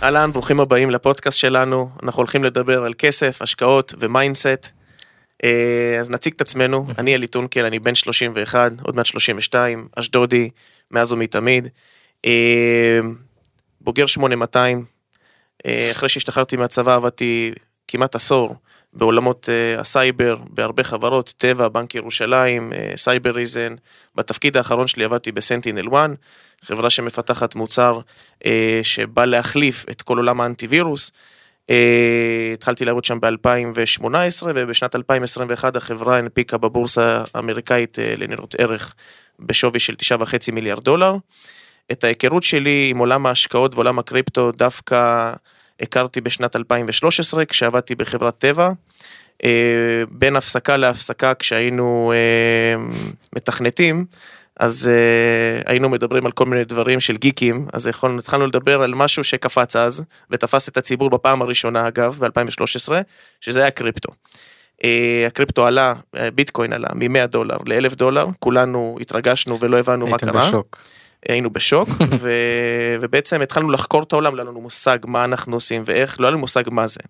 אהלן, ברוכים הבאים לפודקאסט שלנו. אנחנו הולכים לדבר על כסף, השקעות ומיינדסט. אז נציג את עצמנו. אני אלי טונקל, אני בן 31, עוד מעט 32, אשדודי, מאז ומתמיד. בוגר 8200. אחרי שהשתחררתי מהצבא עבדתי כמעט עשור בעולמות הסייבר, בהרבה חברות, טבע, בנק ירושלים, סייבריזן. בתפקיד האחרון שלי עבדתי בסנטינל 1, חברה שמפתחת מוצר שבא להחליף את כל עולם האנטיווירוס. התחלתי לעבוד שם ב-2018, ובשנת 2021 החברה הנפיקה בבורסה האמריקאית לניירות ערך בשווי של $9.5 מיליארד. את ההיכרות שלי עם עולם ההשקעות ועולם הקריפטו דווקא הכרתי בשנת 2013, כשעבדתי בחברת טבע, בין הפסקה להפסקה כשהיינו מתכנתים, אז היינו מדברים על כל מיני דברים של גיקים, אז התחלנו לדבר על משהו שקפץ אז, ותפס את הציבור בפעם הראשונה אגב, ב-2013, שזה היה קריפטו. הקריפטו עלה, ביטקוין עלה מ$100 ל$1,000, כולנו התרגשנו ולא הבנו מה קרה. היינו בשוק, ובעצם התחלנו לחקור את העולם, לא היה לנו מושג מה אנחנו עושים ואיך, לא היה לנו מושג מה זה.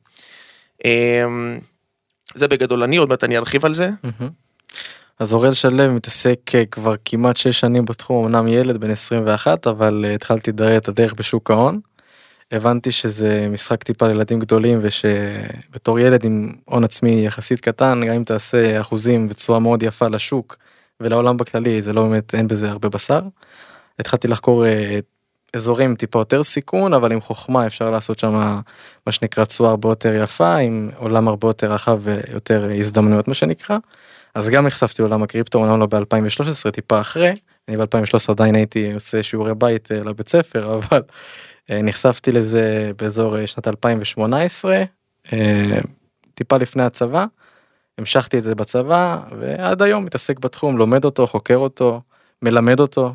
זה בגדול, עוד מעט אני ארחיב על זה. אז אוראל שלו מתעסק כבר כמעט 6 שנים בתחום, אמנם ילד בן 21, אבל התחלתי לדבר את הדרך בשוק ההון. הבנתי שזה משחק טיפה לילדים גדולים, ושבתור ילד עם הון עצמי יחסית קטן, גם אם תעשה אחוזים וצורה מאוד יפה לשוק ולעולם בכללי, זה לא באמת, אין בזה הרבה בשר. התחלתי לחקור אזורים טיפה יותר סיכון, אבל עם חוכמה אפשר לעשות שם מה שנקרא צורה הרבה יותר יפה, עם עולם הרבה יותר רחב ויותר הזדמנויות מה שנקרא. אז גם נחשפתי לעולם הקריפטו, אומנם לא ב-2013, טיפה אחרי, אני ב-2013 עדיין הייתי עושה שיעורי בית לבית ספר, אבל נחשפתי לזה באזור שנת 2018, טיפה לפני הצבא, המשכתי את זה בצבא, ועד היום מתעסק בתחום, לומד אותו, חוקר אותו, מלמד אותו.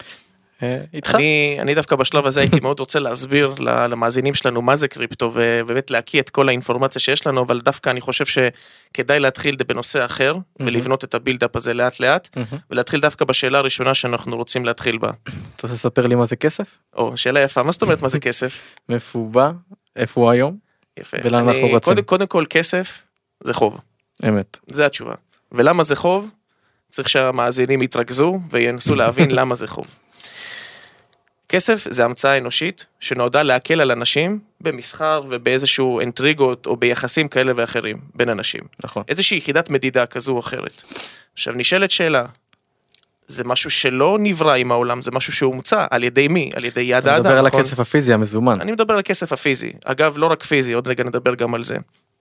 אני דווקא בשלב הזה הייתי מאוד רוצה להסביר למאזינים שלנו מה זה קריפטו, ובאמת להקיא את כל האינפורמציה שיש לנו, אבל דווקא אני חושב שכדאי להתחיל בנושא אחר, ולבנות את הבילדאפ הזה לאט לאט, ולהתחיל דווקא בשאלה הראשונה שאנחנו רוצים להתחיל בה. אתה רוצה לספר לי מה זה כסף? שאלה יפה, מה זאת אומרת מה זה כסף? מאיפה הוא בא? איפה הוא היום? יפה. ולמה אנחנו רוצים? קודם כל כסף זה חוב. אמת. זה התשובה. ולמה זה חוב? צריך שהמאזינים יתרכזו וינסו להבין למה זה חוב. כסף זה המצאה אנושית שנועדה להקל על אנשים במסחר ובאיזשהו אינטריגות או ביחסים כאלה ואחרים בין אנשים. נכון. איזושהי יחידת מדידה כזו או אחרת. עכשיו נשאלת שאלה, זה משהו שלא נברא עם העולם, זה משהו שהומצא על ידי מי? על ידי יד האדם. אתה מדבר על הכסף הפיזי המזומן. אני מדבר על הכסף הפיזי. אגב, לא רק פיזי, עוד רגע נדבר גם על זה.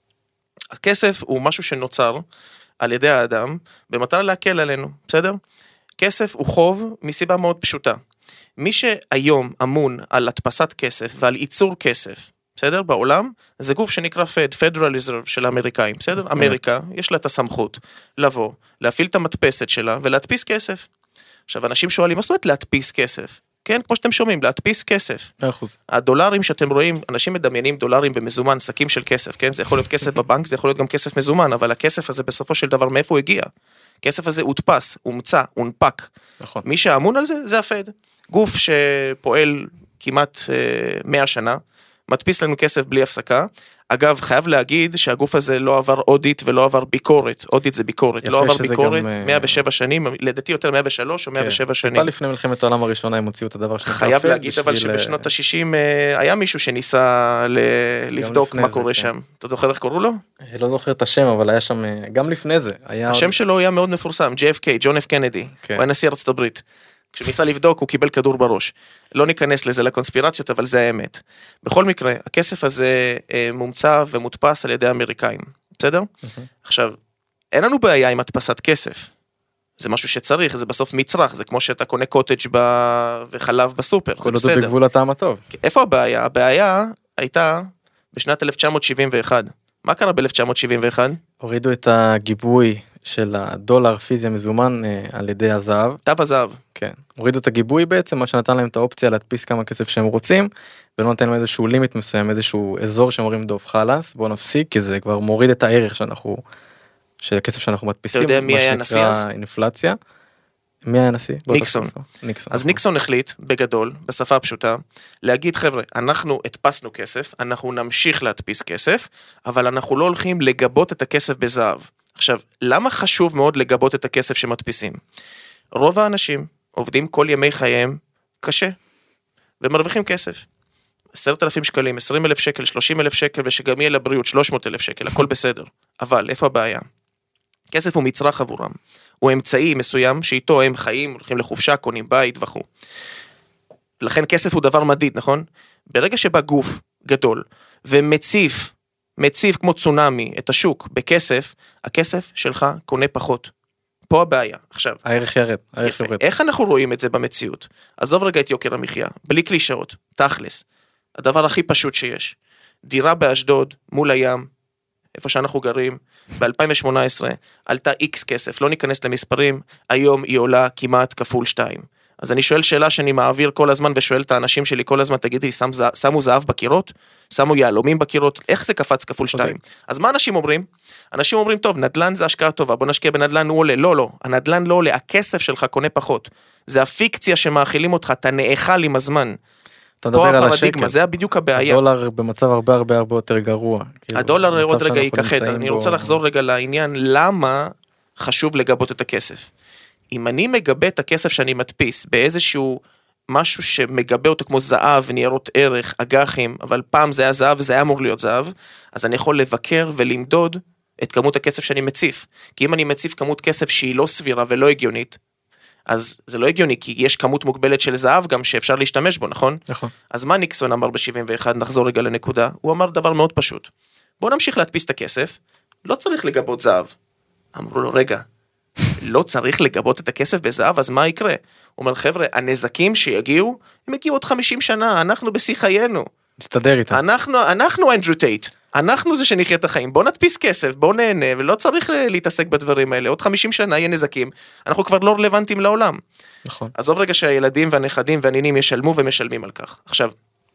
הכסף הוא משהו שנוצר על ידי האדם במטרה להקל עלינו, בסדר? כסף הוא חוב מסיבה מאוד פשוטה. מי שהיום אמון על הדפסת כסף ועל ייצור כסף, בסדר? בעולם, זה גוף שנקרא Federal Reserve של האמריקאים, בסדר? אמריקה, יש לה את הסמכות לבוא, להפעיל את המדפסת שלה ולהדפיס כסף. עכשיו, אנשים שואלים, מה זאת אומרת להדפיס כסף? כן, כמו שאתם שומעים, להדפיס כסף. 100%. הדולרים שאתם רואים, אנשים מדמיינים דולרים במזומן, שקים של כסף, כן? זה יכול להיות כסף בבנק, זה יכול להיות גם כסף מזומן, אבל הכסף הזה בסופו של דבר מאיפה הוא הגיע? כסף הזה הודפס, הומצא, הונפק. נכון. מי שאמון על זה, זה הפד. גוף שפועל כמעט 100 שנה, מדפיס לנו כסף בלי הפסקה. אגב, חייב להגיד שהגוף הזה לא עבר אודיט ולא עבר ביקורת. אודיט זה ביקורת, לא עבר ביקורת, 107 שנים, לדעתי יותר 103 או 107 שנים. טיפה לפני מלחמת העולם הראשונה הם הוציאו את הדבר שנקרא פד. חייב להגיד אבל שבשנות ה-60 היה מישהו שניסה לבדוק מה קורה שם. אתה זוכר איך קוראו לו? לא זוכר את השם, אבל היה שם, גם לפני זה. השם שלו היה מאוד מפורסם, JFK, ג'ון F. קנדי, הוא היה נשיא ארצות הברית. כשניסה לבדוק, הוא קיבל כדור בראש. לא ניכנס לזה לקונספירציות, אבל זה האמת. בכל מקרה, הכסף הזה מומצא ומודפס על ידי האמריקאים. בסדר? עכשיו, אין לנו בעיה עם הדפסת כסף. זה משהו שצריך, זה בסוף מצרך, זה כמו שאתה קונה קוטג' וחלב בסופר. כל עוד בגבול הטעם הטוב. איפה הבעיה? הבעיה הייתה בשנת 1971. מה קרה ב-1971? הורידו את הגיבוי של הדולר פיזי המזומן על ידי הזהב. תו הזהב. כן. הורידו את הגיבוי בעצם, מה שנתן להם את האופציה להדפיס כמה כסף שהם רוצים, ולא נותן להם איזשהו לימיט מסוים, איזשהו אזור שאומרים דוב חלס, בואו נפסיק, כי זה כבר מוריד את הערך של הכסף שאנחנו מדפיסים. אתה יודע מי היה נשיא אז? אינפלציה. מי היה הנשיא? ניקסון. אז ניקסון החליט, בגדול, בשפה הפשוטה, להגיד, חבר'ה, אנחנו הדפסנו כסף, אנחנו נמשיך להדפיס כסף, אבל אנחנו לא הולכים לגבות את הכסף בזהב. עכשיו, למה חשוב מאוד לגבות את הכסף שמדפיסים? רוב האנשים עובדים כל ימי חייהם קשה, ומרוויחים כסף. 10,000 שקלים, 20,000 שקל, 30,000 שקל, ושגם יהיה לבריאות 300,000 שקל, הכל בסדר. אבל איפה הבעיה? כסף הוא מצרך עבורם. הוא אמצעי מסוים שאיתו הם חיים, הולכים לחופשה, קונים בית וכו'. לכן כסף הוא דבר מדיד, נכון? ברגע שבא גוף גדול ומציף כמו צונמי את השוק בכסף, הכסף שלך קונה פחות. פה הבעיה. עכשיו, הערך ירד, הערך יורד. איך אנחנו רואים את זה במציאות? עזוב רגע את יוקר המחיה, בלי קלישאות, תכלס. הדבר הכי פשוט שיש. דירה באשדוד מול הים, איפה שאנחנו גרים, ב-2018 עלתה X כסף, לא ניכנס למספרים, היום היא עולה כמעט כפול 2. אז אני שואל שאלה שאני מעביר כל הזמן, ושואל את האנשים שלי כל הזמן, תגידי, שמו זהב בקירות? שמו יעלומים בקירות? איך זה קפץ כפול 2? אז מה אנשים אומרים? אנשים אומרים, טוב, נדל"ן זה השקעה טובה, בוא נשקיע בנדל"ן, הוא עולה. לא, הנדל"ן לא עולה, הכסף שלך קונה פחות. זה הפיקציה שמאכילים אותך, אתה נאכל עם הזמן. אתה מדבר על השקל. זה בדיוק הבעיה. הדולר במצב הרבה יותר גרוע. הדולר עוד רגע ייכחד, אני רוצה לחזור רגע לעניין, למה חשוב לגבות את הכסף? אם אני מגבה את הכסף שאני מדפיס באיזשהו משהו שמגבה אותו כמו זהב, ניירות ערך, אג"חים, אבל פעם זה היה זהב וזה היה אמור להיות זהב, אז אני יכול לבקר ולמדוד את כמות הכסף שאני מציף. כי אם אני מציף כמות כסף שהיא לא סבירה ולא הגיונית, אז זה לא הגיוני, כי יש כמות מוגבלת של זהב גם שאפשר להשתמש בו, נכון? נכון. אז מה ניקסון אמר ב-71, נחזור רגע לנקודה, הוא אמר דבר מאוד פשוט. בוא נמשיך להדפיס את הכסף, לא צריך לגבות זהב. אמרו לו, רגע, לא צריך לגבות את הכסף בזהב, אז מה יקרה? הוא אומר, חבר'ה, הנזקים שיגיעו, הם יגיעו עוד 50 שנה, אנחנו בשיא חיינו. נסתדר איתם. אנחנו אנדרו טייט, אנחנו זה שנחיה את החיים, בוא נדפיס כסף, בוא נהנה, ולא צריך להתעסק בדברים האלה, עוד 50 שנה יהיה נזקים, אנחנו כבר לא רלוונטיים לעולם. נכון. עזוב רגע שהילדים והנכדים והנינים ישלמו ומשלמים על כך. עכשיו,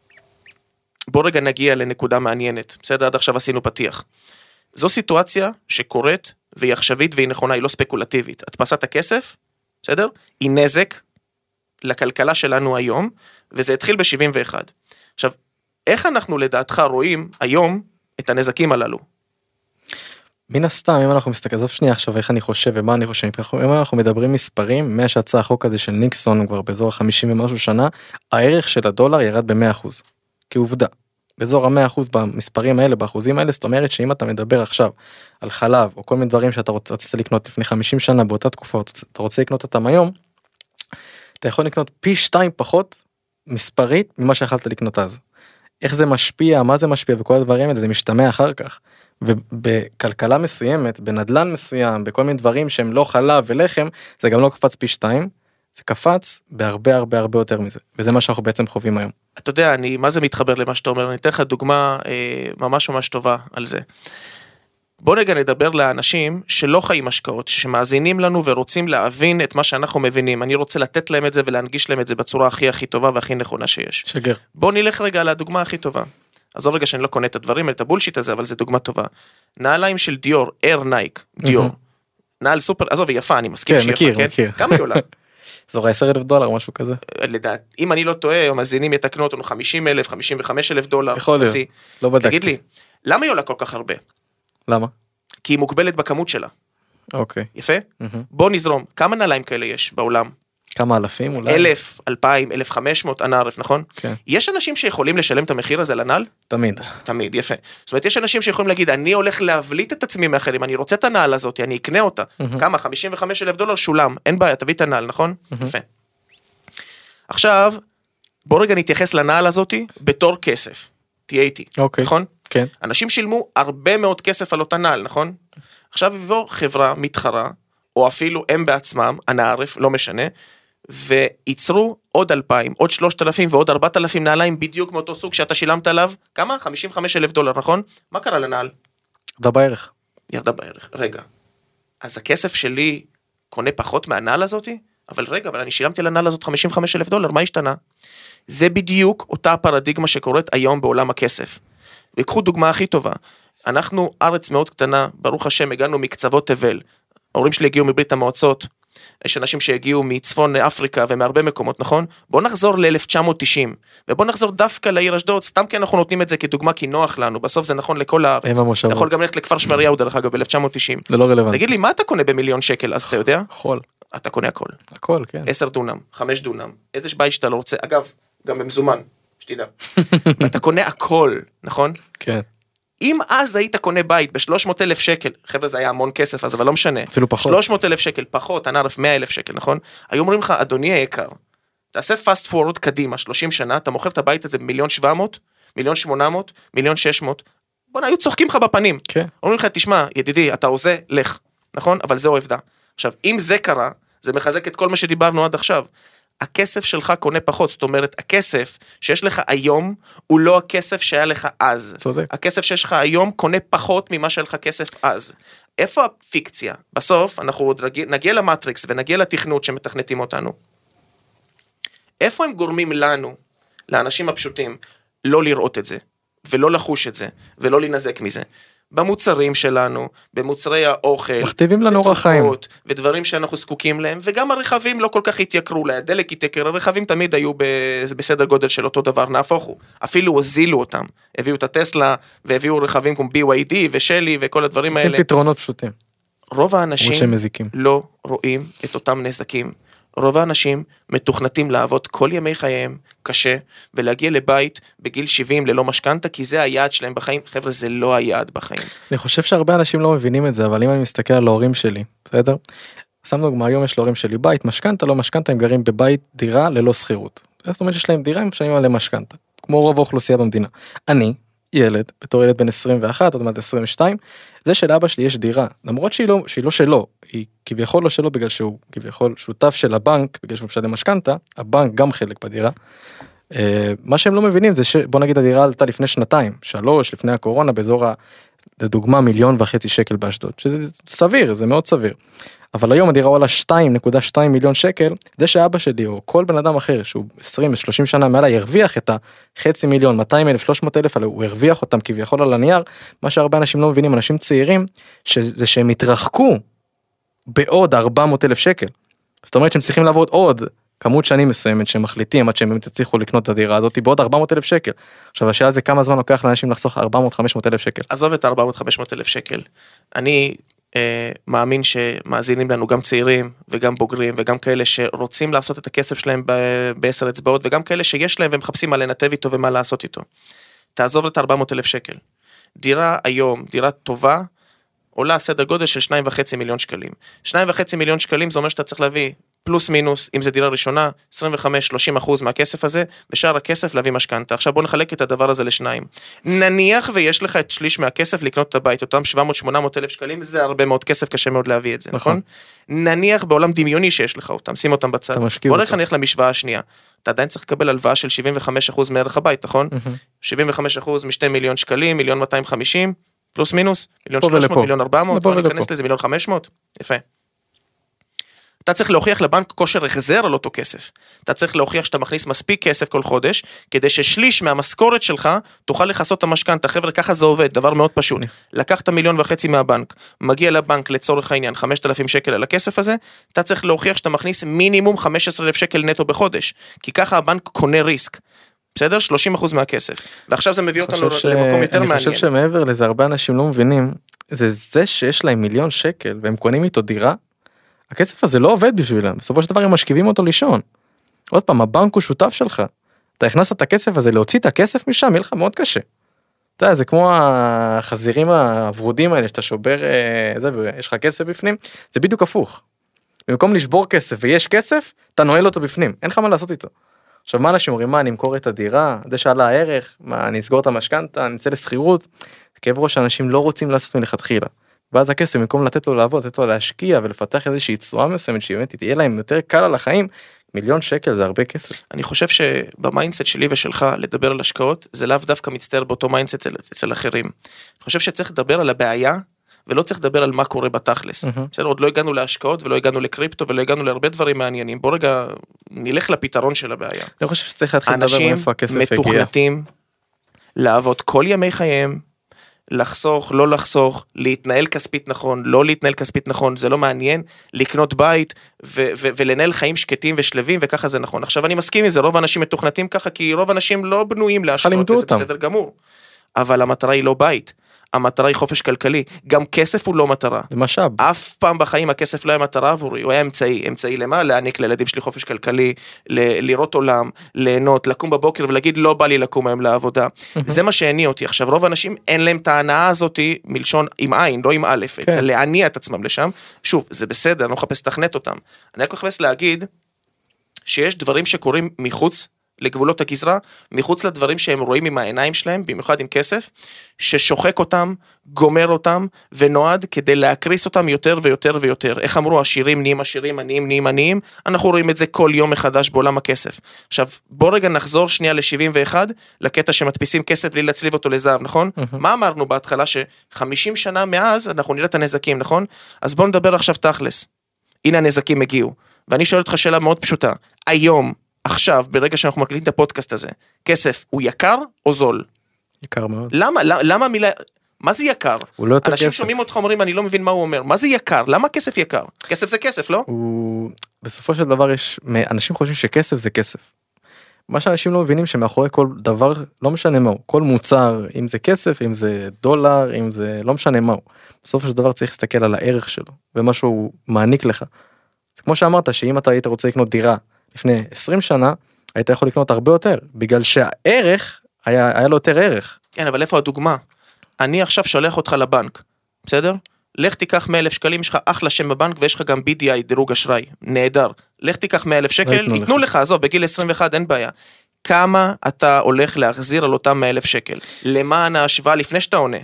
בוא רגע נגיע לנקודה מעניינת, בסדר, עד עכשיו עשינו פתיח. זו סיטואציה שקורית, והיא עכשווית והיא נכונה, היא לא ספקולטיבית. הדפסת הכסף, בסדר? היא נזק לכלכלה שלנו היום, וזה התחיל ב-71. עכשיו, איך אנחנו לדעתך רואים היום את הנזקים הללו? מן הסתם, אם אנחנו מסתכל, עזוב שנייה עכשיו איך אני חושב ומה אני חושב, אם אנחנו מדברים מספרים, מהשיצא החוק הזה של ניקסון כבר באזור ה-50 ומשהו שנה, הערך של הדולר ירד ב-100%, כעובדה. באזור ה-100% במספרים האלה, באחוזים האלה, זאת אומרת שאם אתה מדבר עכשיו על חלב, או כל מיני דברים שאתה רצית לקנות לפני 50 שנה באותה תקופה, אתה רוצה לקנות אותם היום, אתה יכול לקנות פי 2 פחות מספרית ממה שיכולת לקנות אז. איך זה משפיע, מה זה משפיע, וכל הדברים האלה, זה משתמע אחר כך. ובכלכלה מסוימת, בנדלן מסוים, בכל מיני דברים שהם לא חלב ולחם, זה גם לא קפץ פי 2, זה קפץ בהרבה יותר מזה, וזה מה שאנחנו בעצם חווים היום. אתה יודע, מה זה מתחבר למה שאתה אומר, אני אתן לך דוגמה ממש טובה על זה. בוא רגע נדבר לאנשים שלא חיים השקעות, שמאזינים לנו ורוצים להבין את מה שאנחנו מבינים, אני רוצה לתת להם את זה ולהנגיש להם את זה בצורה הכי טובה והכי נכונה שיש. שגר. בוא נלך רגע על הדוגמה הכי טובה. עזוב רגע שאני לא קונה את הדברים, את הבולשיט הזה, אבל זה דוגמה טובה. נעליים של דיור, אייר נייק, דיור. נעל סופר, עזוב, היא יפה, אני מסכים שהיא יפה, כן? כמה היא עולה? זו $10,000, משהו כזה. לדעת, אם אני לא טועה, המאזינים יתקנו אותנו $50,000, $55,000. יכול להיות, לא בדקתי. תגיד לי, למה היא עולה כל כך הרבה? למה? כי היא מוגבלת בכמות שלה. אוקיי. יפה? בוא נזרום, כמה נעליים כאלה יש בעולם? כמה אלפים אולי? 1,000, 2,000, 1,500, אנא ערף, נכון? כן. יש אנשים שיכולים לשלם את המחיר הזה לנעל? תמיד, יפה. זאת אומרת, יש אנשים שיכולים להגיד, אני הולך להבליט את עצמי מאחרים, אני רוצה את הנעל הזאת, אני אקנה אותה. כמה? $55,000 שולם, אין בעיה, תביא את הנעל, נכון? יפה. עכשיו, בוא רגע נתייחס לנעל הזאת בתור כסף. תהיה איתי, נכון? כן. אנשים שילמו הרבה מאוד כסף על אותה נעל, נכון? עכשיו יבוא חברה מתחרה, או אפילו הם בעצמם, הנערף, לא משנה, וייצרו עוד 2,000, עוד 3,000 ועוד 4,000 נעליים בדיוק מאותו סוג שאתה שילמת עליו, כמה? $55,000, נכון? מה קרה לנעל? ירדה בערך, רגע. אז הכסף שלי קונה פחות מהנעל הזאת? אבל אני שילמתי לנעל הזאת $55,000, מה השתנה? זה בדיוק אותה הפרדיגמה שקורית היום בעולם הכסף. ויקחו דוגמה הכי טובה. אנחנו ארץ מאוד קטנה, ברוך השם, הגענו מקצוות תבל. ההורים שלי הגיעו מברית המועצות, יש אנשים שהגיעו מצפון אפריקה ומהרבה מקומות, נכון? בוא נחזור ל-1990, ובוא נחזור דווקא לעיר אשדוד, סתם כי אנחנו נותנים את זה כדוגמה, כי נוח לנו, בסוף זה נכון לכל הארץ. אתה יכול גם ללכת לכפר שמריהו דרך אגב ב-1990. זה לא רלוונטי. תגיד לי, מה אתה קונה ב1,000,000 שקל, אז אתה יודע? חול. אתה קונה הכל. הכל, כן. 10 דונם, 5 דונם, איזה בית שאתה לא רוצה, אגב, גם במזומן, שתדע. ואתה קונה הכל, נכון? כן. אם אז היית קונה בית ב-300,000 שקל, חבר'ה זה היה המון כסף, אז אבל לא משנה. אפילו פחות. 300,000 שקל, פחות, ענרף 100,000 שקל, נכון? היו אומרים לך, אדוני היקר, תעשה fast forward קדימה, 30 שנה, אתה מוכר את הבית הזה ב1,700,000, 1,800,000, 1,600,000, בוא'נה, היו צוחקים לך בפנים. כן. אומרים לך, תשמע, ידידי, אתה עושה, לך, נכון? אבל זה עובדה. עכשיו, אם זה קרה, זה מחזק את כל מה שדיברנו עד עכשיו. הכסף שלך קונה פחות, זאת אומרת, הכסף שיש לך היום, הוא לא הכסף שהיה לך אז. צודק. הכסף שיש לך היום קונה פחות ממה שהיה לך כסף אז. איפה הפיקציה? בסוף אנחנו עוד נגיע למטריקס ונגיע לתכנות שמתכנתים אותנו. איפה הם גורמים לנו, לאנשים הפשוטים, לא לראות את זה, ולא לחוש את זה, ולא לנזק מזה? במוצרים שלנו, במוצרי האוכל, מכתיבים לנו אורח חיים, ודברים שאנחנו זקוקים להם, וגם הרכבים לא כל כך התייקרו, הדלק התייקר, הרכבים תמיד היו בסדר גודל של אותו דבר, נהפוך הוא, אפילו הוזילו אותם, הביאו את הטסלה, והביאו רכבים כמו BYD ושלי, וכל הדברים האלה. זה פתרונות פשוטים. רוב האנשים לא רואים את אותם נזקים. רוב האנשים מתוכנתים לעבוד כל ימי חייהם קשה, ולהגיע לבית בגיל 70 ללא משכנתה, כי זה היעד שלהם בחיים. חבר'ה, זה לא היעד בחיים. אני חושב שהרבה אנשים לא מבינים את זה, אבל אם אני מסתכל על ההורים שלי, בסדר? שמנו דוגמה, היום יש להורים שלי בית, משכנתה, לא משכנתה, הם גרים בבית דירה ללא שכירות. זאת אומרת שיש להם דירה, הם משלמים עליהם משכנתה, כמו רוב האוכלוסייה במדינה. אני, ילד, בתור ילד בן 21, עוד מעט 22, זה של אבא שלי יש דירה, למרות שהיא לא שלו, היא כביכול לא שלו, בגלל שהוא כביכול שותף של הבנק, בגלל שהוא משלם משכנתה, הבנק גם חלק בדירה. מה שהם לא מבינים זה שבוא נגיד הדירה עלתה לפני 2, 3, לפני הקורונה, באזור לדוגמה 1.5 מיליון שקל באשדוד, שזה סביר, זה מאוד סביר. אבל היום הדירה עולה 2.2 מיליון שקל, זה שאבא שלי או כל בן אדם אחר שהוא 20-30 שנה מעלה ירוויח את ה500,000, 200,000, 300,000, הוא הרוויח אותם כביכול על הנייר, מה שהרבה אנשים לא מבינים, אנשים צעירים, זה שהם התרחקו בעוד 400,000 שקל. זאת אומרת שהם צריכים לעבוד עוד כמות שנים מסוימת שהם מחליטים עד שהם באמת יצליחו לקנות את הדירה הזאת בעוד 400,000 שקל. עכשיו השאלה זה כמה זמן לוקח לאנשים לחסוך 400-500,000 שקל. עזוב את 400-500,000 שקל. אני מאמין שמאזינים לנו גם צעירים וגם בוגרים וגם כאלה שרוצים לעשות את הכסף שלהם ב10 אצבעות וגם כאלה שיש להם ומחפשים מה לנתב איתו ומה לעשות איתו. תעזוב את 400,000 שקל. דירה היום, דירה טובה, עולה סדר גודל של 2.5 מיליון שקלים. 2.5 מיליון שקלים זה אומר שאתה צריך להביא פלוס מינוס, אם זה דירה ראשונה, 25-30% מהכסף הזה, ושאר הכסף להביא משכנתה. עכשיו בוא נחלק את הדבר הזה לשניים. נניח ויש לך את שליש מהכסף לקנות את הבית, אותם 700-800 אלף שקלים, זה הרבה מאוד כסף, קשה מאוד להביא את זה, נכון? נניח בעולם דמיוני שיש לך אותם, שים אותם בצד. בוא נניח למשוואה השנייה. אתה עדיין צריך לקבל הלוואה של 75% מערך הבית, נכון? 75% מ2 מיליון שקלים, 1,250,000, פלוס מינוס, 1,300,000, 1,400,000, בוא ניכנס לזה 1,500,000, יפה. אתה צריך להוכיח לבנק כושר החזר על אותו כסף. אתה צריך להוכיח שאתה מכניס מספיק כסף כל חודש, כדי ששליש מהמשכורת שלך תוכל לחסות את המשכנתה. חבר'ה, ככה זה עובד, דבר מאוד פשוט. לקחת 1.5 מיליון מהבנק, מגיע לבנק לצורך העניין 5,000 שקל על הכסף הזה, אתה צריך להוכיח שאתה מכניס מינימום 15,000 שקל נטו בחודש, כי ככה הבנק קונה ריסק. בסדר? 30% מהכסף. ועכשיו זה מביא אותנו למקום יותר מעניין. אני חושב שמעבר לזה, הרבה אנשים לא מבינים, זה שיש להם 1,000,000 שקל, והם קונים איתו דירה, הכסף הזה לא עובד בשבילם, בסופו של דבר הם משכיבים אותו לישון. עוד פעם, הבנק הוא שותף שלך, אתה הכנסת את הכסף הזה, להוציא את הכסף משם, יהיה לך מאוד קשה. אתה יודע, זה כמו החזירים הוורודים האלה, שאתה שובר, ויש לך כסף בפנים, זה בדיוק הפוך. במקום לשבור כסף ויש כסף, אתה נועל אותו בפנים, אין לך מה לעשות איתו. עכשיו מה אנשים אומרים, מה, אני אמכור את הדירה, זה שעלה הערך, מה, אני אסגור את המשכנתה, אני אצא לסחירות, כאב ראש האנשים לא רוצים לעשות מלכתחילה. ואז הכסף, במקום לתת לו לעבוד, לתת לו להשקיע ולפתח איזושהי צורה מסוימת, שבאמת תהיה להם יותר קל על החיים, 1,000,000 שקל זה הרבה כסף. אני חושב שבמיינדסט שלי ושלך, לדבר על השקעות, זה לאו דווקא מצטער באותו מיינדסט אצל אחרים. אני חושב שצריך לדבר על הבעיה, ולא צריך לדבר על מה קורה בתכלס. בסדר, עוד לא הגענו להשקעות, ולא הגענו לקריפטו, ולא הגענו להרבה דברים מעניינים. בוא רגע, נלך לפתרון של הבעיה. אני חושב שצריך להתחיל לדבר מאיפה הכסף הגיע. אנשים מתוכנתים לעבוד כל ימי חייהם, לחסוך, לא לחסוך, להתנהל כספית נכון, לא להתנהל כספית נכון, זה לא מעניין, לקנות בית ולנהל חיים שקטים ושלבים, וככה זה נכון. עכשיו אני מסכים עם זה, רוב האנשים מתוכנתים ככה, כי רוב האנשים לא בנויים להשקעות, וזה בסדר גמור. אבל המטרה היא לא בית, המטרה היא חופש כלכלי, גם כסף הוא לא מטרה. זה משאב. אף פעם בחיים הכסף לא היה מטרה עבורי, הוא היה אמצעי. אמצעי למה? להעניק לילדים שלי חופש כלכלי, לראות עולם, ליהנות, לקום בבוקר ולהגיד לא בא לי לקום היום לעבודה. זה מה שהניע אותי. עכשיו רוב האנשים אין להם את ההנאה הזאת מלשון עם עין, לא עם א', להניע את עצמם לשם. שוב, זה בסדר, אני לא מחפש לתכנת אותם. אני רק מחפש להגיד שיש דברים שקורים מחוץ לגבולות הגזרה, מחוץ לדברים שהם רואים עם העיניים שלהם, במיוחד עם כסף, ששוחק אותם, גומר אותם, ונועד כדי להקריס אותם יותר ויותר ויותר. איך אמרו, עשירים נהיים עשירים, עניים נהיים עניים, אנחנו רואים את זה כל יום מחדש בעולם הכסף. עכשיו, בוא רגע נחזור שנייה ל-71, לקטע שמדפיסים כסף בלי להצליב אותו לזהב, נכון? מה אמרנו בהתחלה? ש50 שנה מאז אנחנו נראה את הנזקים, נכון? אז בוא נדבר עכשיו תכלס. הנה הנזקים הגיעו. ואני שואל אותך שאלה מאוד פשוטה. היום, עכשיו, ברגע שאנחנו מקליטים את הפודקאסט הזה, כסף הוא יקר או זול? יקר מאוד. למה מילה, מה זה יקר? הוא לא יותר אנשים כסף. שומעים אותך אומרים, אני לא מבין מה הוא אומר. מה זה יקר? למה כסף יקר? כסף זה כסף, לא? בסופו של דבר אנשים חושבים שכסף זה כסף. מה שאנשים לא מבינים שמאחורי כל דבר, לא משנה מהו, כל מוצר, אם זה כסף, אם זה דולר, אם זה לא משנה מהו. בסופו של דבר צריך להסתכל על הערך שלו, ומה שהוא מעניק לך. זה כמו שאמרת, שאם אתה היית רוצה לקנות דירה, לפני 20 שנה, היית יכול לקנות הרבה יותר, בגלל שהערך, היה לו יותר ערך. כן, אבל איפה הדוגמה? אני עכשיו שולח אותך לבנק, בסדר? לך תיקח 100,000 שקלים, יש לך אחלה שם בבנק, ויש לך גם BDI, דירוג אשראי, נהדר. לך תיקח 100,000 שקל, ייתנו לך, עזוב, בגיל 21 אין בעיה. כמה אתה הולך להחזיר על אותם 100,000 שקל? למען ההשוואה לפני שאתה עונה.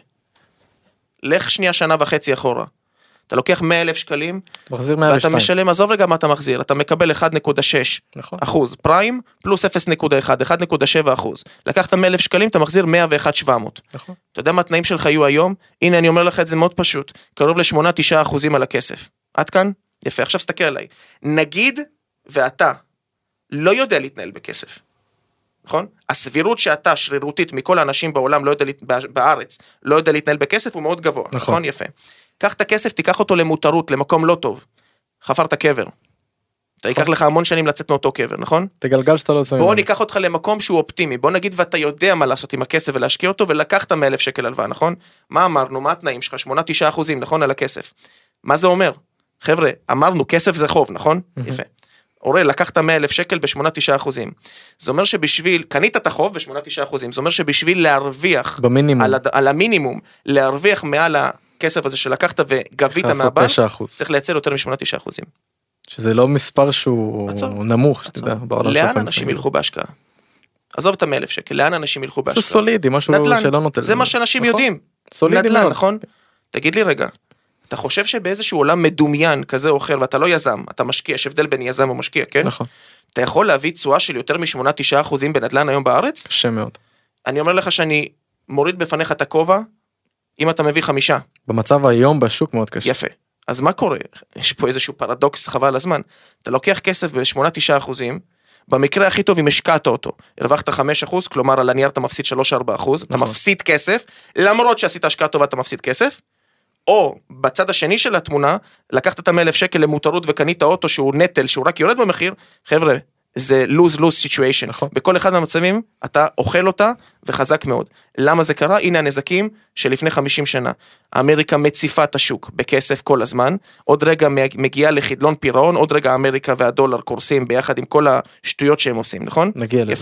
לך שנייה שנה וחצי אחורה. אתה לוקח 100,000 שקלים, ואתה משלם, עזוב רגע מה אתה מחזיר, אתה מקבל 1.6 אחוז פריים, פלוס 0.1, 1.7 אחוז. לקחת 100,000 שקלים, אתה מחזיר 101,700. אתה יודע מה התנאים שלך יהיו היום? הנה אני אומר לך את זה מאוד פשוט, קרוב ל8-9 אחוזים על הכסף. עד כאן? יפה, עכשיו סתכל עליי. נגיד, ואתה לא יודע להתנהל בכסף. נכון? הסבירות שאתה שרירותית מכל האנשים בעולם בארץ לא יודע להתנהל בכסף הוא מאוד גבוה. נכון? יפה. קח את הכסף, תיקח אותו למותרות, למקום לא טוב. חפרת קבר. אתה ייקח לך המון שנים לצאת מאותו קבר, נכון? תגלגל שאתה לא עושה. בוא ניקח אותך למקום שהוא אופטימי. בוא נגיד ואתה יודע מה לעשות עם הכסף ולהשקיע אותו, ולקחת 100,000 שקל הלוואה, נכון? מה אמרנו? מה התנאים שלך? 8-9 אחוזים, נכון? על הכסף. מה זה אומר? חבר'ה, אמרנו, כסף זה חוב, נכון? יפה. אורי, לקחת 100,000 שקל ב8-9 אחוזים. זה אומר שבשביל, קנית את החוב ב8-9 אחוזים, זה אומר שבשביל להרוויח, על המינימום, להרוויח מעל הכסף הזה שלקחת וגבית מהבנק, צריך לייצר יותר מ8-9 אחוזים. שזה לא מספר שהוא נמוך, שתדע. לאן אנשים ילכו בהשקעה? עזוב את 100,000 שקל, לאן אנשים ילכו בהשקעה? משהו סולידי, משהו שלא נותן. זה מה שאנשים יודעים. נדל"ן, נכון? תגיד לי רגע, אתה חושב שבאיזשהו עולם מדומיין כזה או אחר, ואתה לא יזם, אתה משקיע, יש הבדל בין יזם ומשקיע, כן? נכון. אתה יכול להביא תשואה של יותר מ8-9 אחוזים בנדל"ן היום בארץ? קשה מאוד. אני אומר לך שאני מוריד בפניך את הכובע, אם אתה מביא 5. במצב היום בשוק מאוד קשה. יפה. אז מה קורה? יש פה איזשהו פרדוקס חבל הזמן. אתה לוקח כסף ב8-9 אחוזים, במקרה הכי טוב אם השקעת אותו, הרווחת 5 אחוז, כלומר על הנייר אתה מפסיד 3-4 אחוז, אתה מפסיד כסף, למרות שעשית השקעה טובה אתה מפסיד כסף, או בצד השני של התמונה, לקחת את 100,000 שקל למותרות וקנית אוטו שהוא נטל, שהוא רק יורד במחיר, חבר'ה, זה lose-lose situation. נכון. בכל אחד מהמצבים, אתה אוכל אותה וחזק מאוד. למה זה קרה? הנה הנזקים שלפני 50 שנה. אמריקה מציפה את השוק בכסף כל הזמן, עוד רגע מגיעה לחדלון פירעון, עוד רגע אמריקה והדולר קורסים ביחד עם כל השטויות שהם עושים, נכון? נגיע לזה. יפה.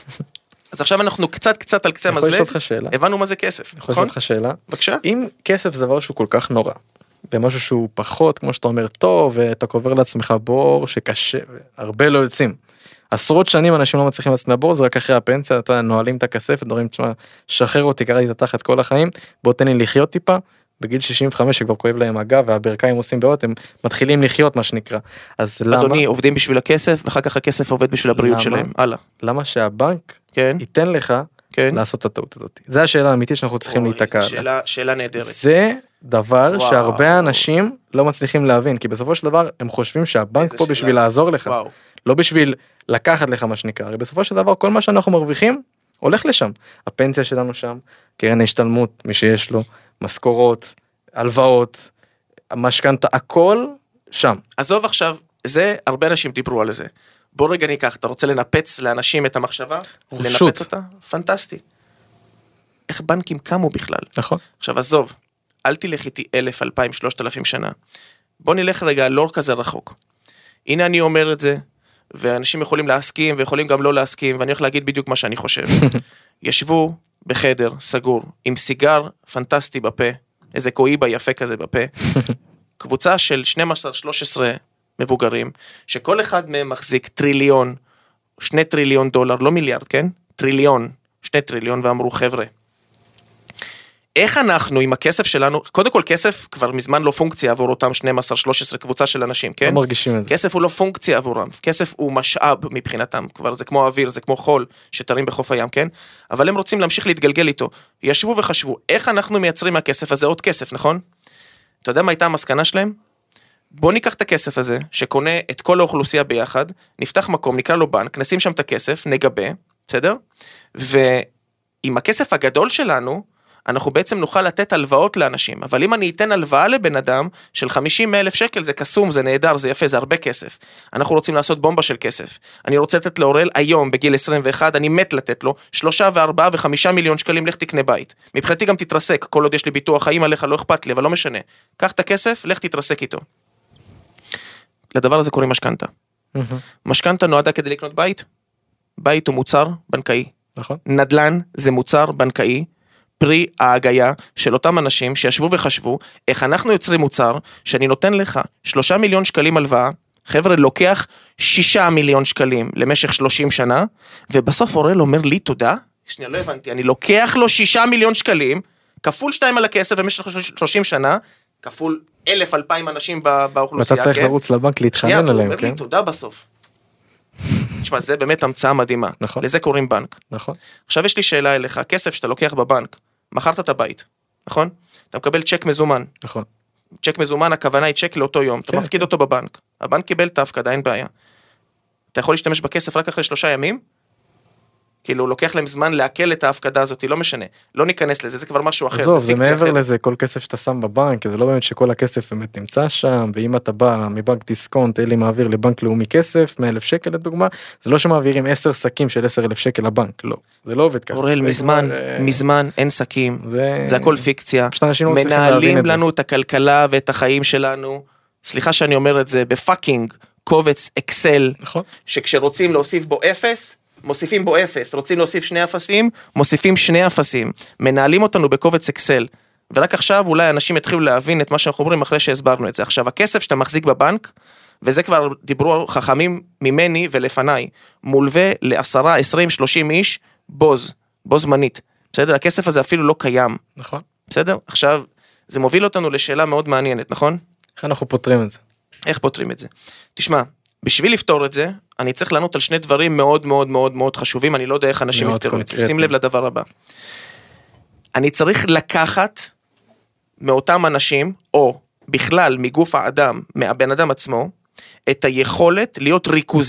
אז עכשיו אנחנו קצת על קצה מזלג, הבנו מה זה כסף, נכון? יכול לשאול אותך שאלה? בבקשה. אם כסף זה דבר שהוא כל כך נורא, במשהו שהוא פחות, כמו שאתה אומר, טוב, ואתה קובר לעצמך בור שקשה, והרבה לא יוצאים. עשרות שנים אנשים לא מצליחים לצאת מהבור, זה רק אחרי הפנסיה, אתה נועלים את הכסף, דברים, תשמע, שחרר אותי, קראתי את התחת כל החיים, בוא תן לי לחיות טיפה, בגיל 65 שכבר כואב להם הגב, והברכיים עושים בעיות, הם מתחילים לחיות מה שנקרא. אז למה? אדוני, עובדים בשביל הכסף, ואחר כך הכסף עובד בשביל הבריאות שלהם. הלאה. למה שהבנק ייתן לך לעשות את הטעות הזאת? זו השאלה האמיתית שאנחנו צריכים להתעקע עליה. שאלה נהדרת. זה דבר שהרבה אנשים לא מצליחים להבין, כי בסופו של דבר הם חושבים שהבנק פה בשביל לעזור לך, לא בשביל לקחת לך מה שנקרא. הרי בסופו של דבר כל מה שאנחנו מרוויחים הולך לשם. הפנסיה שלנו שם, קרן ההשתלמות, מי שיש לו, משכורות, הלוואות, המשכנתא, הכל שם. עזוב עכשיו, זה, הרבה אנשים דיברו על זה. בוא רגע ניקח, אתה רוצה לנפץ לאנשים את המחשבה? לנפץ אותה? פנטסטי. איך בנקים קמו בכלל? נכון. עכשיו עזוב, אל תלך איתי 1,000, 2,000, 3,000 שנה. בוא נלך רגע לא כזה רחוק. הנה אני אומר את זה, ואנשים יכולים להסכים, ויכולים גם לא להסכים, ואני הולך להגיד בדיוק מה שאני חושב. ישבו בחדר סגור, עם סיגר פנטסטי בפה, איזה קואיבה יפה כזה בפה, קבוצה של 12-13 מבוגרים, שכל אחד מהם מחזיק טריליון, 2 טריליון דולר, לא מיליארד, כן? טריליון, 2 טריליון, ואמרו חבר'ה, איך אנחנו עם הכסף שלנו, קודם כל כסף כבר מזמן לא פונקציה עבור אותם 12-13 קבוצה של אנשים, כן? לא מרגישים את זה. כסף הוא לא פונקציה עבורם, כסף הוא משאב מבחינתם, כבר זה כמו אוויר, זה כמו חול שתרים בחוף הים, כן? אבל הם רוצים להמשיך להתגלגל איתו. ישבו וחשבו, איך אנחנו מייצרים מהכסף הזה עוד כסף, נכון? אתה יודע מה הייתה המסקנה שלהם? בוא ניקח את הכסף הזה, שקונה את כל האוכלוסייה ביחד, נפתח מקום, נקרא לו בנק, נשים שם את הכסף, נגבה, בסדר? ועם הכסף הגדול שלנו, אנחנו בעצם נוכל לתת הלוואות לאנשים, אבל אם אני אתן הלוואה לבן אדם של 50,000 שקל, זה קסום, זה נהדר, זה יפה, זה הרבה כסף. אנחנו רוצים לעשות בומבה של כסף. אני רוצה לתת לאורל היום, בגיל 21, אני מת לתת לו 3 ו4 ו5 מיליון שקלים, לך תקנה בית. מבחינתי גם תתרסק, כל עוד יש לי ביטוח חיים עליך, לא אכפת לי, אבל לא משנה. קח את הכסף, לך תתרסק איתו. לדבר הזה קוראים משכנתא. משכנתא נועדה כדי לקנות בית. בית הוא מוצר בנקאי. נכון. נדל"ן זה מוצר בנקאי. פרי ההגיה של אותם אנשים שישבו וחשבו, איך אנחנו יוצרים מוצר, שאני נותן לך 3 מיליון שקלים הלוואה, חבר'ה לוקח 6 מיליון שקלים למשך 30 שנה, ובסוף אורל אומר לי תודה, שנייה לא הבנתי, אני לוקח לו 6 מיליון שקלים, כפול 2 על הכסף במשך 30 שנה, כפול 1,000-2,000 אנשים באוכלוסייה, ואתה צריך לרוץ לבנק להתחנן עליהם, כן? הוא אומר לי תודה בסוף. תשמע, זה באמת המצאה מדהימה. נכון. לזה קוראים בנק. נכון. עכשיו יש לי שאלה אליך, הכסף שאתה לוקח בבנק, מכרת את הבית, נכון? אתה מקבל צ'ק מזומן. נכון. צ'ק מזומן, הכוונה היא צ'ק לאותו יום, אתה מפקיד אותו בבנק. הבנק קיבל את ההפקדה, אין בעיה. אתה יכול להשתמש בכסף רק אחרי 3 ימים? כאילו, לוקח להם זמן לעכל את ההפקדה הזאת, לא משנה. לא ניכנס לזה, זה כבר משהו אחר. עזוב, זה מעבר לזה, כל כסף שאתה שם בבנק, זה לא באמת שכל הכסף באמת נמצא שם, ואם אתה בא מבנק דיסקונט, אלי מעביר לבנק לאומי כסף, 100,000 שקל לדוגמה, זה לא שמעבירים 10 שקים של 10,000 שקל לבנק, לא. זה לא עובד ככה. אורל, מזמן אין שקים, זה הכל פיקציה. מנהלים לנו את הכלכלה ואת החיים שלנו, סליחה שאני אומר את זה, בפאקינג קובץ אקסל, שכשרוצים להוסיף בו 0, מוסיפים בו 0, רוצים להוסיף 2 אפסים, מוסיפים 2 אפסים, מנהלים אותנו בקובץ אקסל, ורק עכשיו אולי אנשים יתחילו להבין את מה שאנחנו אומרים אחרי שהסברנו את זה. עכשיו, הכסף שאתה מחזיק בבנק, וזה כבר דיברו חכמים ממני ולפניי, מולווה ל10, 20, 30 איש, בוז זמנית, בסדר? הכסף הזה אפילו לא קיים. נכון. בסדר? עכשיו, זה מוביל אותנו לשאלה מאוד מעניינת, נכון? איך אנחנו פותרים את זה? איך פותרים את זה? תשמע, בשביל לפתור את זה, אני צריך לענות על 2 דברים מאוד מאוד מאוד מאוד חשובים, אני לא יודע איך אנשים יפתרו את זה. שים לב לדבר הבא. אני צריך לקחת מאותם אנשים, או בכלל מגוף האדם, מהבן אדם עצמו, את היכולת להיות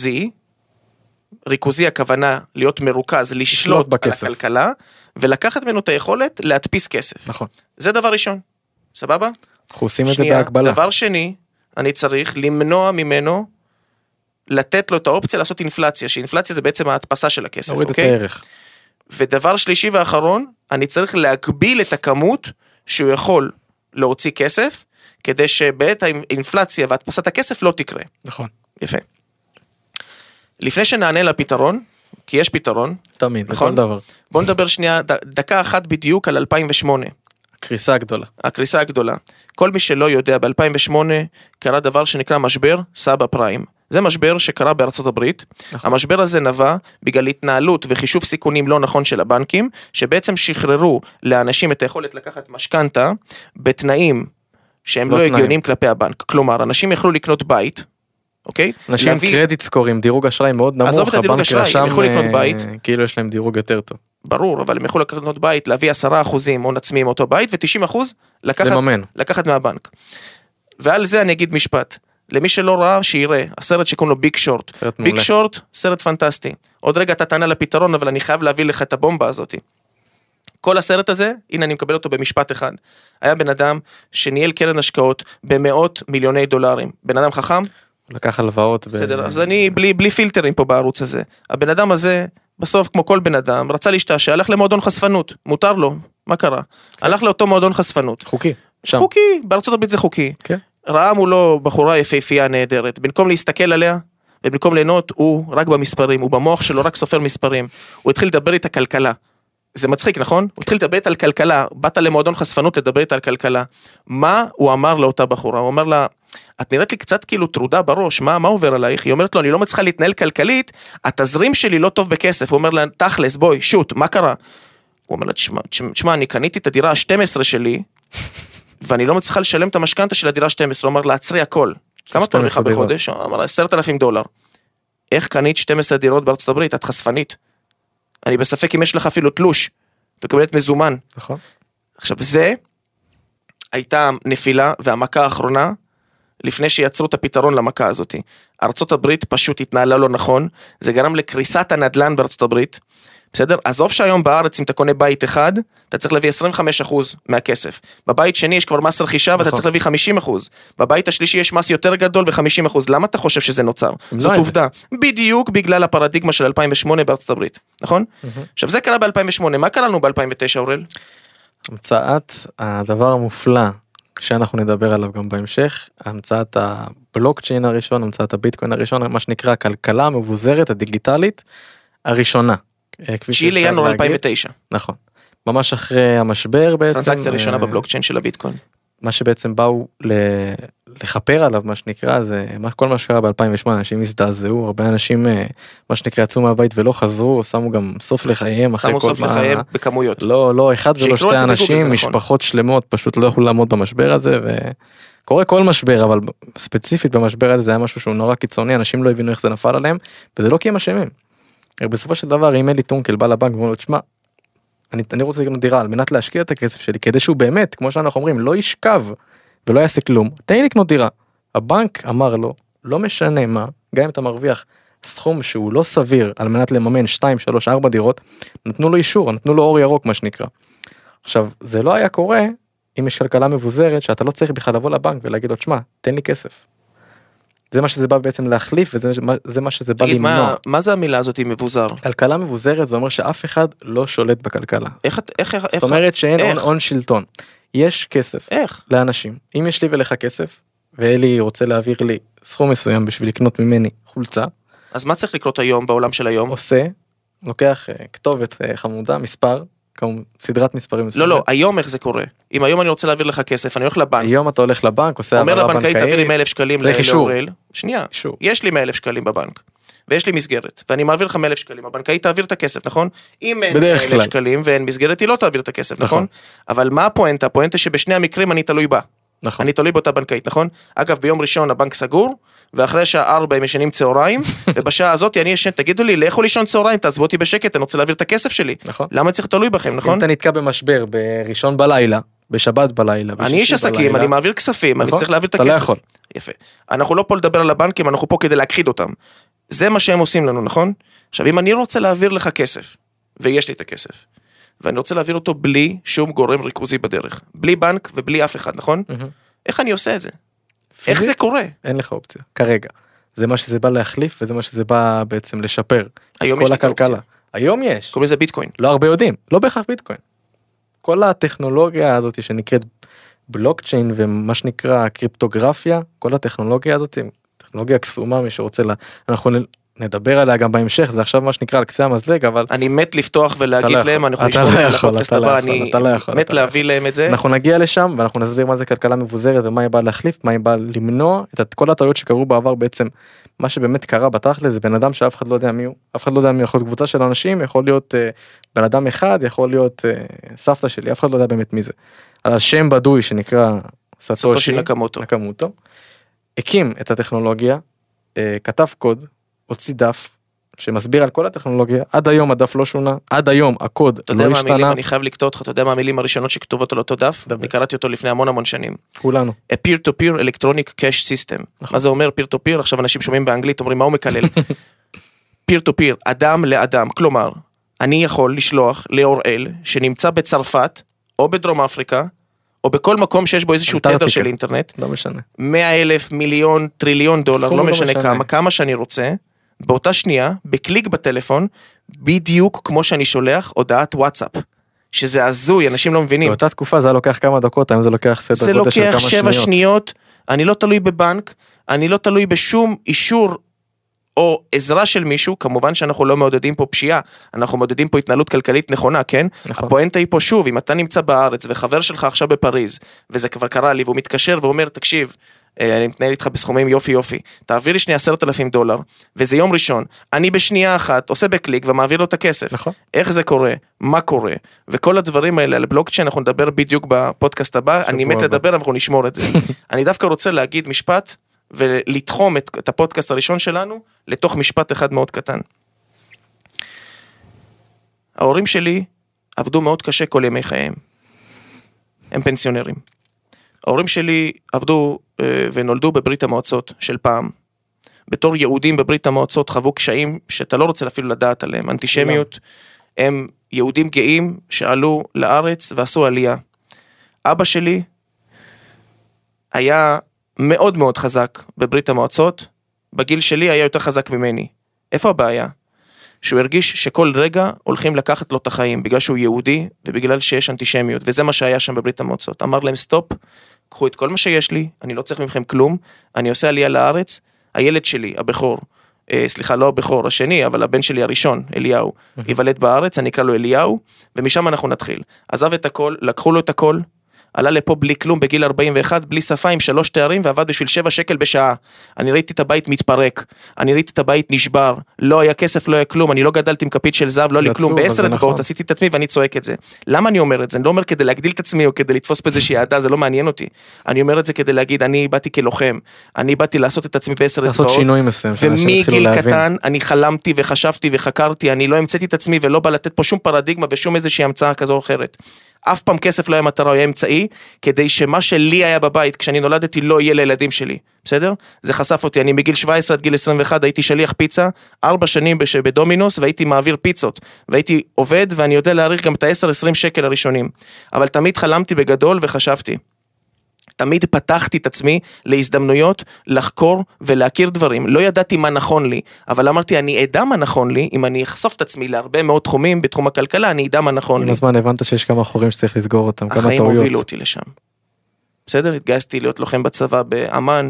ריכוזי הכוונה להיות מרוכז, לשלוט על הכלכלה, ולקחת ממנו את היכולת להדפיס כסף. נכון. זה דבר ראשון. סבבה? אנחנו עושים את זה בהגבלה. דבר שני, אני צריך למנוע ממנו לתת לו את האופציה לעשות אינפלציה, שאינפלציה זה בעצם ההדפסה של הכסף, נוריד את הערך. ודבר שלישי ואחרון, אני צריך להגביל את הכמות שהוא יכול להוציא כסף, כדי שבעת האינפלציה והדפסת הכסף לא תקרה. נכון. יפה. לפני שנענה לפתרון, כי יש פתרון. תמיד, נכון? לכל דבר. בוא נדבר שנייה, דקה אחת בדיוק על 2008. הקריסה הגדולה. הקריסה הגדולה. כל מי שלא יודע, ב-2008 קרה דבר שנקרא משבר סאבה פריים. זה משבר שקרה בארצות הברית. נכון. המשבר הזה נבע בגלל התנהלות וחישוב סיכונים לא נכון של הבנקים, שבעצם שחררו לאנשים את היכולת לקחת משכנתא, בתנאים שהם לא הגיונים כלפי הבנק. כלומר, אנשים יכלו לקנות בית, אוקיי? אנשים עם קרדיט סקורים, דירוג אשראי מאוד נמוך, עזוב את הדירוג אשראי, הם יכלו לקנות בית. כאילו יש להם דירוג יותר טוב. ברור, אבל הם יכלו לקנות בית, להביא 10% הון עצמי עם אותו בית, ו90% לקחת מהבנק. ועל זה אני אגיד משפט. למי שלא ראה, שיראה, הסרט שקוראים לו ביג שורט. ביג שורט, סרט פנטסטי. עוד רגע אתה תענה לפתרון, אבל אני חייב להביא לך את הבומבה הזאת. כל הסרט הזה, הנה אני מקבל אותו במשפט אחד. היה בן אדם שניהל קרן השקעות במאות מיליוני דולרים. בן אדם חכם? לקח הלוואות. בסדר, אז אני בלי פילטרים פה בערוץ הזה. הבן אדם הזה, בסוף כמו כל בן אדם, רצה להשתעשע, הלך למועדון חשפנות. מותר לו, מה קרה? הלך לאותו מועדון חשפנות. חוקי. שם. חוקי, בארצות הברית זה חוקי. כן. ראה מולו בחורה יפהפייה נהדרת. במקום להסתכל עליה, ובמקום ליהנות, הוא רק במספרים, הוא במוח שלו רק סופר מספרים. הוא התחיל לדבר איתה כלכלה. זה מצחיק, נכון? הוא התחיל לדבר על כלכלה, באת למועדון חשפנות לדבר על כלכלה. מה הוא אמר לאותה בחורה? הוא אמר לה, את נראית לי קצת כאילו טרודה בראש, מה עובר עלייך? היא אומרת לו, אני לא מצליחה להתנהל כלכלית, התזרים שלי לא טוב בכסף. הוא אומר לה, תכלס, בואי, שוט, מה קרה? הוא אומר לה, תשמע, אני קניתי את הדירה ה-12 שלי, ואני לא מצליחה לשלם את המשכנתה של הדירה ה-12. הוא אומר לה, עצרי הכל. כמה אתה הולך בחודש? הוא אמר לה, $10,000. איך קנית 12 דירות בארצות הברית? את חשפנית. אני בספק אם יש לך אפילו תלוש, תקבלת מזומן. נכון. עכשיו זה, הייתה נפילה והמכה האחרונה, לפני שיצרו את הפתרון למכה הזאת. ארצות הברית פשוט התנהלה לא נכון, זה גרם לקריסת הנדלן בארצות הברית, בסדר? עזוב שהיום בארץ, אם אתה קונה בית אחד, אתה צריך להביא 25% מהכסף. בבית שני יש כבר מס רכישה, ואתה צריך להביא 50%. בבית השלישי יש מס יותר גדול ו50%. למה אתה חושב שזה נוצר? זאת עובדה. בדיוק בגלל הפרדיגמה של 2008 בארצות הברית. נכון? עכשיו זה קרה ב-2008. מה קרה לנו ב-2009, אורל? המצאת הדבר המופלא, כשאנחנו נדבר עליו גם בהמשך, המצאת הבלוקצ'יין הראשון, המצאת הביטקוין הראשון, מה שנקרא הכלכלה המבוזרת, הדיגיטלית, הראשונה. 9 לינואר 2009. נכון. ממש אחרי המשבר בעצם. טרנזקציה ראשונה בבלוקצ'יין של הביטקוין. מה שבעצם באו לחפר עליו, מה שנקרא, זה כל מה שקרה ב-2008, אנשים הזדעזעו, הרבה אנשים, מה שנקרא, יצאו מהבית ולא חזרו, שמו גם סוף לחייהם. שמו סוף לחייהם בכמויות. לא אחד ולא שתי אנשים, משפחות שלמות, פשוט לא יכולו לעמוד במשבר הזה, וקורה כל משבר, אבל ספציפית במשבר הזה, זה היה משהו שהוא נורא קיצוני, אנשים לא הבינו איך זה נפל עליהם, וזה לא כי הם אשמים. בסופו של דבר, אם אלי טונקל בא לבנק ואומר לו, תשמע, אני רוצה לקנות דירה על מנת להשקיע את הכסף שלי, כדי שהוא באמת, כמו שאנחנו אומרים, לא ישכב ולא יעשה כלום, תן לי לקנות דירה. הבנק אמר לו, לא משנה מה, גם אם אתה מרוויח סכום שהוא לא סביר על מנת לממן 2, 3, 4 דירות, נתנו לו אישור, נתנו לו אור ירוק, מה שנקרא. עכשיו, זה לא היה קורה אם יש כלכלה מבוזרת, שאתה לא צריך בכלל לבוא לבנק ולהגיד לו, תשמע, תן לי כסף. זה מה שזה בא בעצם להחליף, וזה מה שזה בא למנוע. מה זה המילה הזאת היא מבוזר? כלכלה מבוזרת, זה אומר שאף אחד לא שולט בכלכלה. איך? זאת אומרת שאין הון שלטון. יש כסף. איך? לאנשים. אם יש לי ולך כסף, ואלי רוצה להעביר לי סכום מסוים בשביל לקנות ממני חולצה. אז מה צריך לקרות היום, בעולם של היום? עושה, לוקח כתובת חמודה, מספר, סדרת מספרים. לא, היום איך זה קורה? אם היום אני רוצה להעביר לך כסף, אני הולך לבנק. היום אתה הולך לבנק, עושה העברה בנקאית. אומר לבנקאי, תעביר לי 100,000 שקלים לאורל. שנייה, אישור. יש לי 100,000 שקלים בבנק, ויש לי מסגרת, ואני מעביר לך 100,000 שקלים, הבנקאי תעביר את הכסף, נכון? אם אין 100,000 שקלים ואין מסגרת, היא לא תעביר את הכסף, נכון? אבל מה הפואנטה? הפואנטה שבשני המקרים אני תלוי בה. אני תלוי באותה בנקאית, נכון? אגב, ביום ראשון הבנק סגור, ואחרי שעה 4 הם ישנים צהריים, ובשעה הזאת אני ישן, תגידו לי, לכו לישון צהריים, תעזבו אותי בשקט, אני רוצה להעביר את הכסף שלי. נכון. למה צריך תלוי בכם, נכון? אם אתה נתקע במשבר בראשון בלילה, בשבת בלילה, אני איש עסקים, אני מעביר כספים, אני צריך להעביר את הכסף. אתה לא יכול. יפה. אנחנו לא פה לדבר על הבנקים, אנחנו פה כדי להכחיד אותם. זה מה שהם עושים לנו, נכון? עכשיו, אם אני רוצה להעביר לך כסף, ויש לי את הכסף, ואני רוצה להעביר אותו בלי שום גורם ריכוזי בדרך, בלי בנק ובלי אף אחד, נכון? איך אני עושה את זה? איך זה קורה? אין לך אופציה, כרגע. זה מה שזה בא להחליף, וזה מה שזה בא בעצם לשפר. היום כל הכלכלה. היום יש. קוראים לזה ביטקוין. לא הרבה יודעים, לא בהכרח ביטקוין. כל הטכנולוגיה הזאת שנקראת בלוקצ'יין, ומה שנקרא קריפטוגרפיה, כל הטכנולוגיה הזאת, טכנולוגיה קסומה, מי שרוצה אנחנו נדבר עליה גם בהמשך, זה עכשיו מה שנקרא על קצה המזלג, אבל... אני מת לפתוח ולהגיד להם, אנחנו נשמור את זה לפודקאסט הבא, אני מת להביא להם את זה. אנחנו נגיע לשם, ואנחנו נסביר מה זה כלכלה מבוזרת, ומה היא באה להחליף, מה היא באה למנוע, את כל הטעויות שקרו בעבר בעצם, מה שבאמת קרה בתכל'ס, זה בן אדם שאף אחד לא יודע מי הוא, אף אחד לא יודע מי יכול להיות קבוצה של אנשים, יכול להיות בן אדם אחד, יכול להיות סבתא שלי, אף אחד לא יודע באמת מי זה. על שם בדוי שנקרא סאטושי נקמוטו, הקים את הטכנולוגיה, כתב קוד, הוציא דף, שמסביר על כל הטכנולוגיה, עד היום הדף לא שונה, עד היום הקוד לא השתנה. אני חייב לקטוע אותך, אתה יודע מה המילים הראשונות שכתובות על אותו דף? אני קראתי אותו לפני המון שנים. כולנו. A peer-to-peer electronic cash system. מה זה אומר peer-to-peer? עכשיו אנשים שומעים באנגלית, אומרים מה הוא מקלל. peer-to-peer, אדם לאדם, כלומר, אני יכול לשלוח לאוראל שנמצא בצרפת, או בדרום אפריקה, או בכל מקום שיש בו איזשהו תדר של אינטרנט, לא משנה. 100,000, מיליון, טריליון דולר, לא משנה כמה שאני רוצה, באותה שנייה, בקליק בטלפון, בדיוק כמו שאני שולח הודעת וואטסאפ, שזה הזוי, אנשים לא מבינים. באותה תקופה זה לוקח כמה דקות, היום זה לוקח סדר גודל של כמה שניות. זה לוקח 7 שניות, אני לא תלוי בבנק, אני לא תלוי בשום אישור או עזרה של מישהו, כמובן שאנחנו לא מעודדים פה פשיעה, אנחנו מעודדים פה התנהלות כלכלית נכונה, כן? נכון. הפואנטה היא פה שוב, אם אתה נמצא בארץ וחבר שלך עכשיו בפריז, וזה כבר קרה לי, והוא מתקשר ואומר, תקשיב, אני מתנהל איתך בסכומים יופי, תעביר לי שנייה $10,000, וזה יום ראשון, אני בשנייה אחת עושה בקליק ומעביר לו את הכסף. נכון. איך זה קורה, מה קורה, וכל הדברים האלה על בלוקצ'יין, אנחנו נדבר בדיוק בפודקאסט הבא, אני מת לדבר, אנחנו נשמור את זה. אני דווקא רוצה להגיד משפט, ולתחום את הפודקאסט הראשון שלנו, לתוך משפט אחד מאוד קטן. ההורים שלי עבדו מאוד קשה כל ימי חייהם. הם פנסיונרים. ההורים שלי עבדו ונולדו בברית המועצות של פעם. בתור יהודים בברית המועצות חוו קשיים שאתה לא רוצה אפילו לדעת עליהם. אנטישמיות, הם יהודים גאים שעלו לארץ ועשו עלייה. אבא שלי היה מאוד מאוד חזק בברית המועצות, בגיל שלי היה יותר חזק ממני. איפה הבעיה? שהוא הרגיש שכל רגע הולכים לקחת לו את החיים, בגלל שהוא יהודי ובגלל שיש אנטישמיות, וזה מה שהיה שם בברית המועצות. אמר להם סטופ, קחו את כל מה שיש לי, אני לא צריך ממכם כלום, אני עושה עלייה לארץ, הילד שלי, הבכור, סליחה, לא הבכור, השני, אבל הבן שלי הראשון, אליהו, ייוולד בארץ, אני אקרא לו אליהו, ומשם אנחנו נתחיל. עזב את הכל, לקחו לו את הכל, עלה לפה בלי כלום בגיל 41, בלי שפה עם 3 תארים, ועבד בשביל 7 שקל בשעה. אני ראיתי את הבית מתפרק, אני ראיתי את הבית נשבר, לא היה כסף, לא היה כלום, אני לא גדלתי עם כפית של זהב, לא היה לי כלום, ב10 אצבעות, עשיתי את עצמי ואני צועק את זה. למה אני אומר את זה? אני לא אומר כדי להגדיל את עצמי, או כדי לתפוס באיזושהי עדה, זה לא מעניין אותי. אני אומר את זה כדי להגיד, אני באתי כלוחם, אני באתי לעשות את עצמי ב10 אצבעות, ומגיל קטן אני חלמתי וחשבתי וחקרתי, אני לא המצאתי את עצמי ולא בא לתת פה שום פרדיגמה ושום איזושהי המצאה כזו או אחרת. אף פעם כסף לא היה מטרה, הוא היה אמצעי, כדי שמה שלי היה בבית, כשאני נולדתי, לא יהיה לילדים שלי. בסדר? זה חשף אותי. אני מגיל 17 עד גיל 21 הייתי שליח פיצה, 4 שנים בדומינוס, והייתי מעביר פיצות, והייתי עובד, ואני יודע להעריך גם את ה-10-20 שקל הראשונים. אבל תמיד חלמתי בגדול וחשבתי. תמיד פתחתי את עצמי להזדמנויות, לחקור ולהכיר דברים. לא ידעתי מה נכון לי, אבל אמרתי, אני אדע מה נכון לי, אם אני אחשוף את עצמי להרבה מאוד תחומים בתחום הכלכלה, אני אדע מה נכון לי. עם הזמן הבנת שיש כמה חורים שצריך לסגור אותם, כמה טעויות. החיים הובילו אותי לשם. בסדר? התגייסתי להיות לוחם בצבא באמן,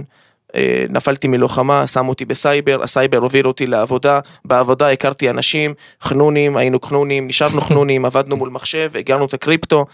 נפלתי מלוחמה, שם אותי בסייבר, הסייבר הוביל אותי לעבודה, בעבודה הכרתי אנשים, חנונים, היינו חנונים, נשארנו חנונים, עבדנו מול מחשב, הגענו את הקריפטו,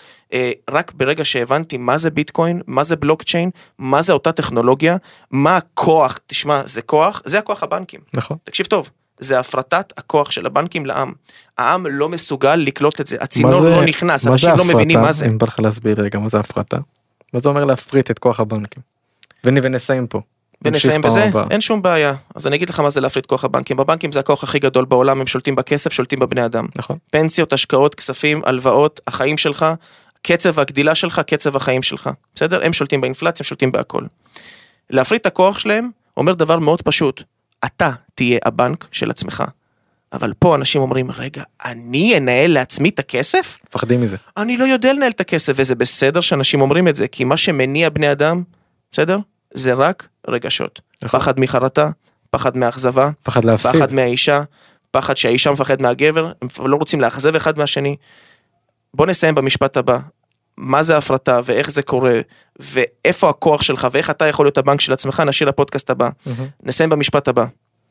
רק ברגע שהבנתי מה זה ביטקוין, מה זה בלוקצ'יין, מה זה אותה טכנולוגיה, מה הכוח, תשמע, זה כוח, זה הכוח הבנקים. נכון. תקשיב טוב, זה הפרטת הכוח של הבנקים לעם. העם לא מסוגל לקלוט את זה, הצינור לא נכנס, אנשים לא מבינים מה זה. אם בא לך להסביר רגע מה זה הפרטה, מה זה אומר להפריט את כוח הבנקים? ונסיים פה. ונסיים בזה, אין שום בעיה. אז אני אגיד לך מה זה להפריט כוח הבנקים. בבנקים זה הכוח הכי גדול בעולם, הם שולטים בכסף, שולטים בבני אדם. נכון. פנסיות, השקעות, כספים, הלוואות, החיים שלך, קצב הגדילה שלך, קצב החיים שלך. בסדר? הם שולטים באינפלציה, הם שולטים בהכל. להפריט את הכוח שלהם אומר דבר מאוד פשוט. אתה תהיה הבנק של עצמך. אבל פה אנשים אומרים, רגע, אני אנהל לעצמי את הכסף? פחדים מזה. אני לא יודע לנהל את הכסף, וזה בסדר שאנשים אומרים את זה, כי מה שמניע בני אדם, בסדר? זה רק רגשות. פחד מחרטה, פחד מאכזבה, פחד להפסיד. פחד מהאישה, פחד שהאישה מפחד מהגבר, הם לא רוצים לאכזב אחד מהשני. בוא נסיים במשפט הבא. מה זה הפרטה ואיך זה קורה, ואיפה הכוח שלך, ואיך אתה יכול להיות הבנק של עצמך, נשאיר לפודקאסט הבא. נסיים במשפט הבא,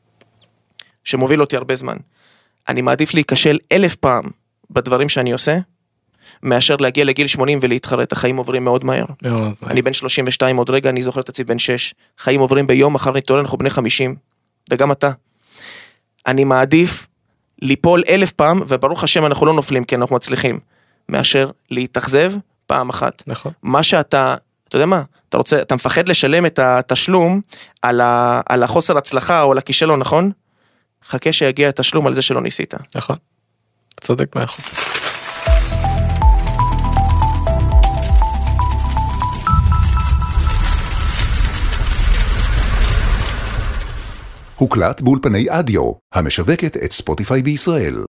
שמוביל אותי הרבה זמן. אני מעדיף להיכשל 1000 פעם בדברים שאני עושה, מאשר להגיע לגיל 80 ולהתחרט. החיים עוברים מאוד מהר. אני בן 32 עוד רגע, אני זוכר את עצמי בן 6. חיים עוברים ביום, מחר נתעורר, אנחנו בני 50. וגם אתה. אני מעדיף ליפול 1000 פעם, וברוך השם אנחנו לא נופלים, כי אנחנו מצליחים, מאשר להתאכזב פעם אחת. נכון. מה שאתה, אתה יודע מה? אתה מפחד לשלם את התשלום על החוסר הצלחה או על הכישלון, נכון? חכה שיגיע התשלום על זה שלא ניסית. נכון, אתה צודק 100%. הוקלט באולפני אדיו, המשווקת את ספוטיפיי בישראל.